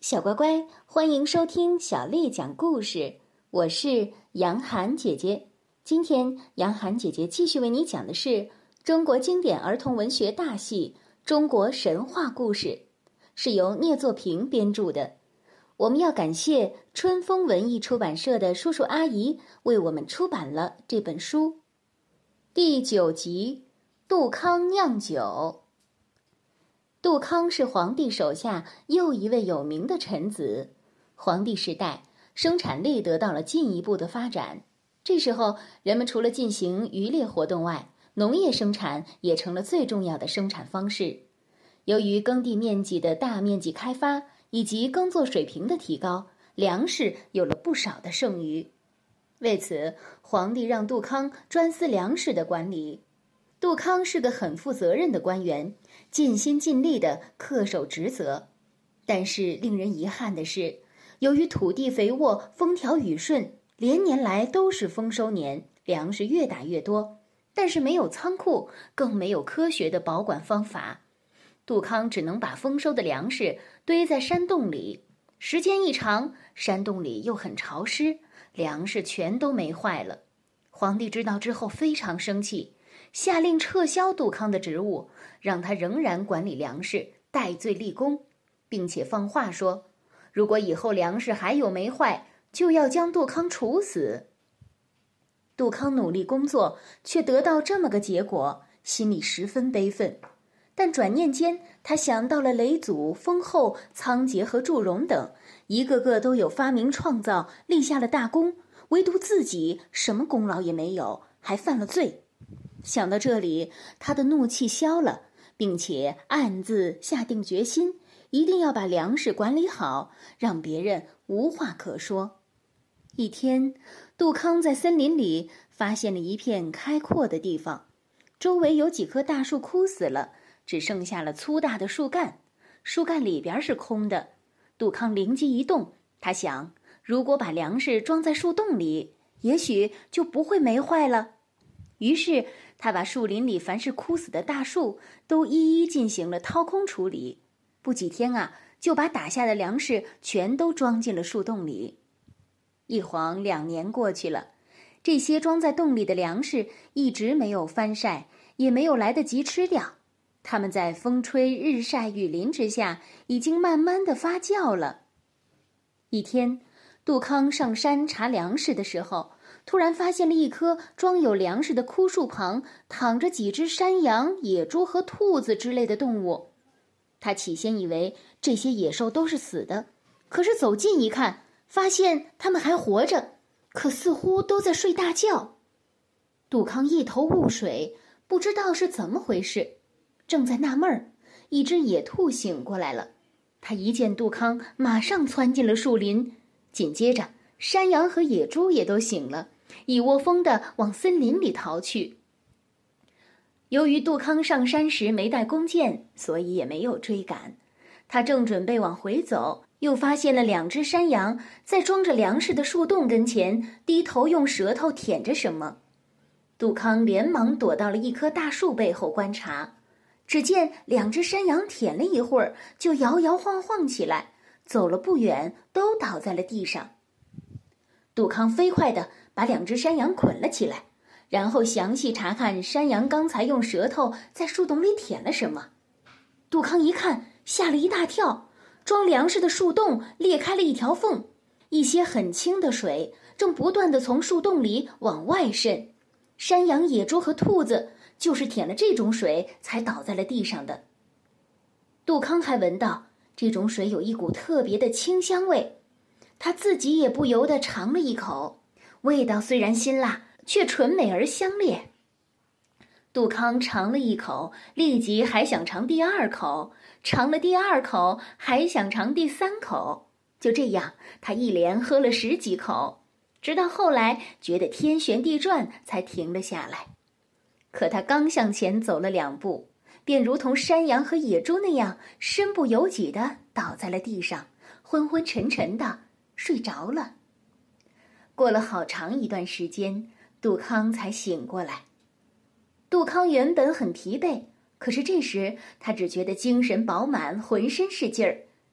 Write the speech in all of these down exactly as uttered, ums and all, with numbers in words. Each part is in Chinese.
小乖乖，欢迎收听小丽讲故事，我是杨涵姐姐。今天杨涵姐姐继续为你讲的是中国经典儿童文学大戏《中国神话故事》，是由聂作平编著的。我们要感谢春风文艺出版社的叔叔阿姨为我们出版了这本书。第九集，杜康酿酒。杜康是皇帝手下又一位有名的臣子。皇帝时代，生产力得到了进一步的发展。这时候，人们除了进行渔猎活动外，农业生产也成了最重要的生产方式。由于耕地面积的大面积开发以及耕作水平的提高，粮食有了不少的剩余。为此，皇帝让杜康专司粮食的管理。杜康是个很负责任的官员，尽心尽力地恪守职责。但是令人遗憾的是，由于土地肥沃，风调雨顺，连年来都是丰收年，粮食越打越多，但是没有仓库，更没有科学的保管方法。杜康只能把丰收的粮食堆在山洞里，时间一长，山洞里又很潮湿，粮食全都没坏了。皇帝知道之后非常生气，下令撤销杜康的职务，让他仍然管理粮食，戴罪立功，并且放话说，如果以后粮食还有没坏，就要将杜康处死。杜康努力工作，却得到这么个结果，心里十分悲愤。但转念间，他想到了雷祖、封后、仓颉和祝融等，一个个都有发明创造，立下了大功，唯独自己什么功劳也没有，还犯了罪。想到这里，他的怒气消了，并且暗自下定决心，一定要把粮食管理好，让别人无话可说。一天，杜康在森林里发现了一片开阔的地方，周围有几棵大树枯死了，只剩下了粗大的树干，树干里边是空的。杜康灵机一动，他想，如果把粮食装在树洞里，也许就不会没坏了。于是他把树林里凡是枯死的大树都一一进行了掏空处理，不几天啊，就把打下的粮食全都装进了树洞里。一晃两年过去了，这些装在洞里的粮食一直没有翻晒，也没有来得及吃掉，它们在风吹日晒雨淋之下，已经慢慢的发酵了。一天，杜康上山查粮食的时候，突然发现了一棵装有粮食的枯树旁躺着几只山羊、野猪和兔子之类的动物。他起先以为这些野兽都是死的，可是走近一看，发现它们还活着，可似乎都在睡大觉。杜康一头雾水，不知道是怎么回事。正在纳闷儿，一只野兔醒过来了。他一见杜康，马上窜进了树林，紧接着山羊和野猪也都醒了，一窝蜂地往森林里逃去。由于杜康上山时没带弓箭，所以也没有追赶。他正准备往回走，又发现了两只山羊在装着粮食的树洞跟前低头用舌头舔着什么。杜康连忙躲到了一棵大树背后观察，只见两只山羊舔了一会儿，就摇摇晃晃起来，走了不远都倒在了地上。杜康飞快地把两只山羊捆了起来，然后详细查看山羊刚才用舌头在树洞里舔了什么。杜康一看，吓了一大跳，装粮食的树洞裂开了一条缝，一些很清的水正不断地从树洞里往外渗。山羊、野猪和兔子就是舔了这种水才倒在了地上的。杜康还闻到这种水有一股特别的清香味，他自己也不由得尝了一口，味道虽然辛辣，却纯美而香烈。杜康尝了一口，立即还想尝第二口，尝了第二口，还想尝第三口。就这样，他一连喝了十几口，直到后来觉得天旋地转，才停了下来。可他刚向前走了两步，便如同山羊和野猪那样，身不由己地倒在了地上，昏昏沉沉地睡着了。过了好长一段时间，杜康才醒过来。杜康原本很疲惫，可是这时他只觉得精神饱满，浑身是劲儿，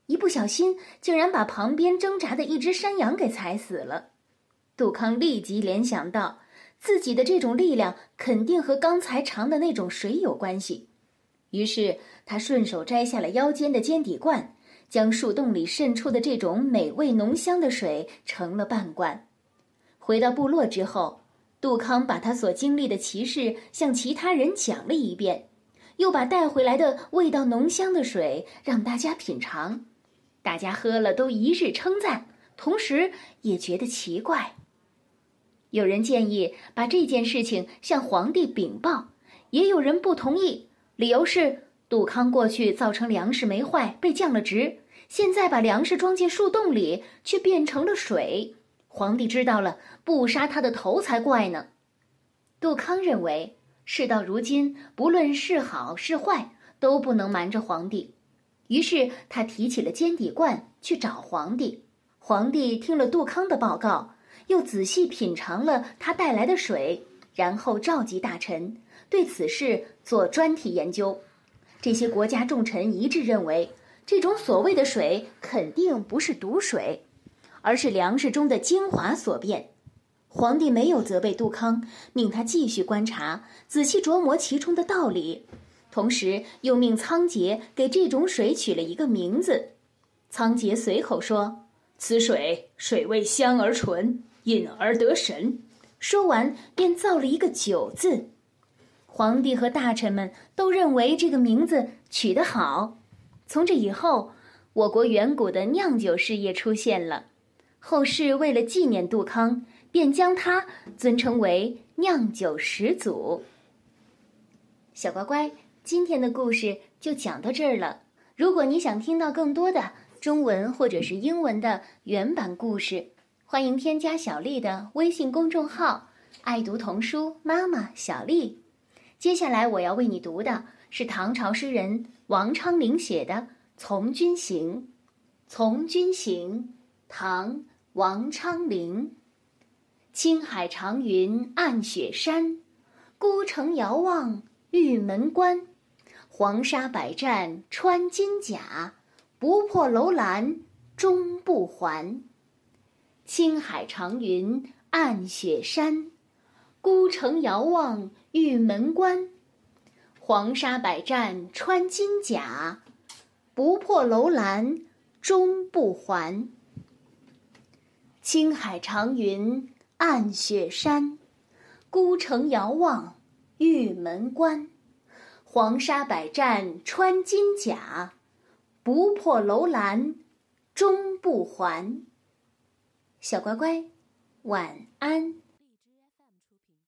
一不小心竟然把旁边挣扎的一只山羊给踩死了。杜康立即联想到，自己的这种力量肯定和刚才尝的那种水有关系，于是他顺手摘下了腰间的尖底罐，将树洞里渗出的这种美味浓香的水盛了半罐。回到部落之后，杜康把他所经历的奇事向其他人讲了一遍，又把带回来的味道浓香的水让大家品尝。大家喝了都一致称赞，同时也觉得奇怪。有人建议把这件事情向皇帝禀报，也有人不同意，理由是杜康过去造成粮食没坏被降了职，现在把粮食装进树洞里却变成了水，皇帝知道了不杀他的头才怪呢。杜康认为事到如今，不论是好是坏都不能瞒着皇帝，于是他提起了尖底罐去找皇帝。皇帝听了杜康的报告，又仔细品尝了他带来的水，然后召集大臣对此事做专题研究。这些国家重臣一致认为，这种所谓的水肯定不是毒水，而是粮食中的精华所变。皇帝没有责备杜康，命他继续观察，仔细琢磨其中的道理，同时又命仓颉给这种水取了一个名字。仓颉随口说：“此水水味香而纯，饮而得神。”说完便造了一个酒字。皇帝和大臣们都认为这个名字取得好。从这以后，我国远古的酿酒事业出现了。后世为了纪念杜康，便将他尊称为酿酒始祖。小乖乖，今天的故事就讲到这儿了。如果你想听到更多的中文或者是英文的原版故事，欢迎添加小丽的微信公众号爱读童书妈妈小丽。接下来我要为你读的是唐朝诗人王昌龄写的《从军行》。《从军行》唐·王昌龄。青海长云暗雪山，孤城遥望玉门关。黄沙百战穿金甲，不破楼兰终不还。青海长云暗雪山，孤城遥望玉门关。黄沙百战穿金甲，不破楼兰终不还。青海长云暗雪山，孤城遥望玉门关。黄沙百战穿金甲，不破楼兰终不还。小乖乖，晚安。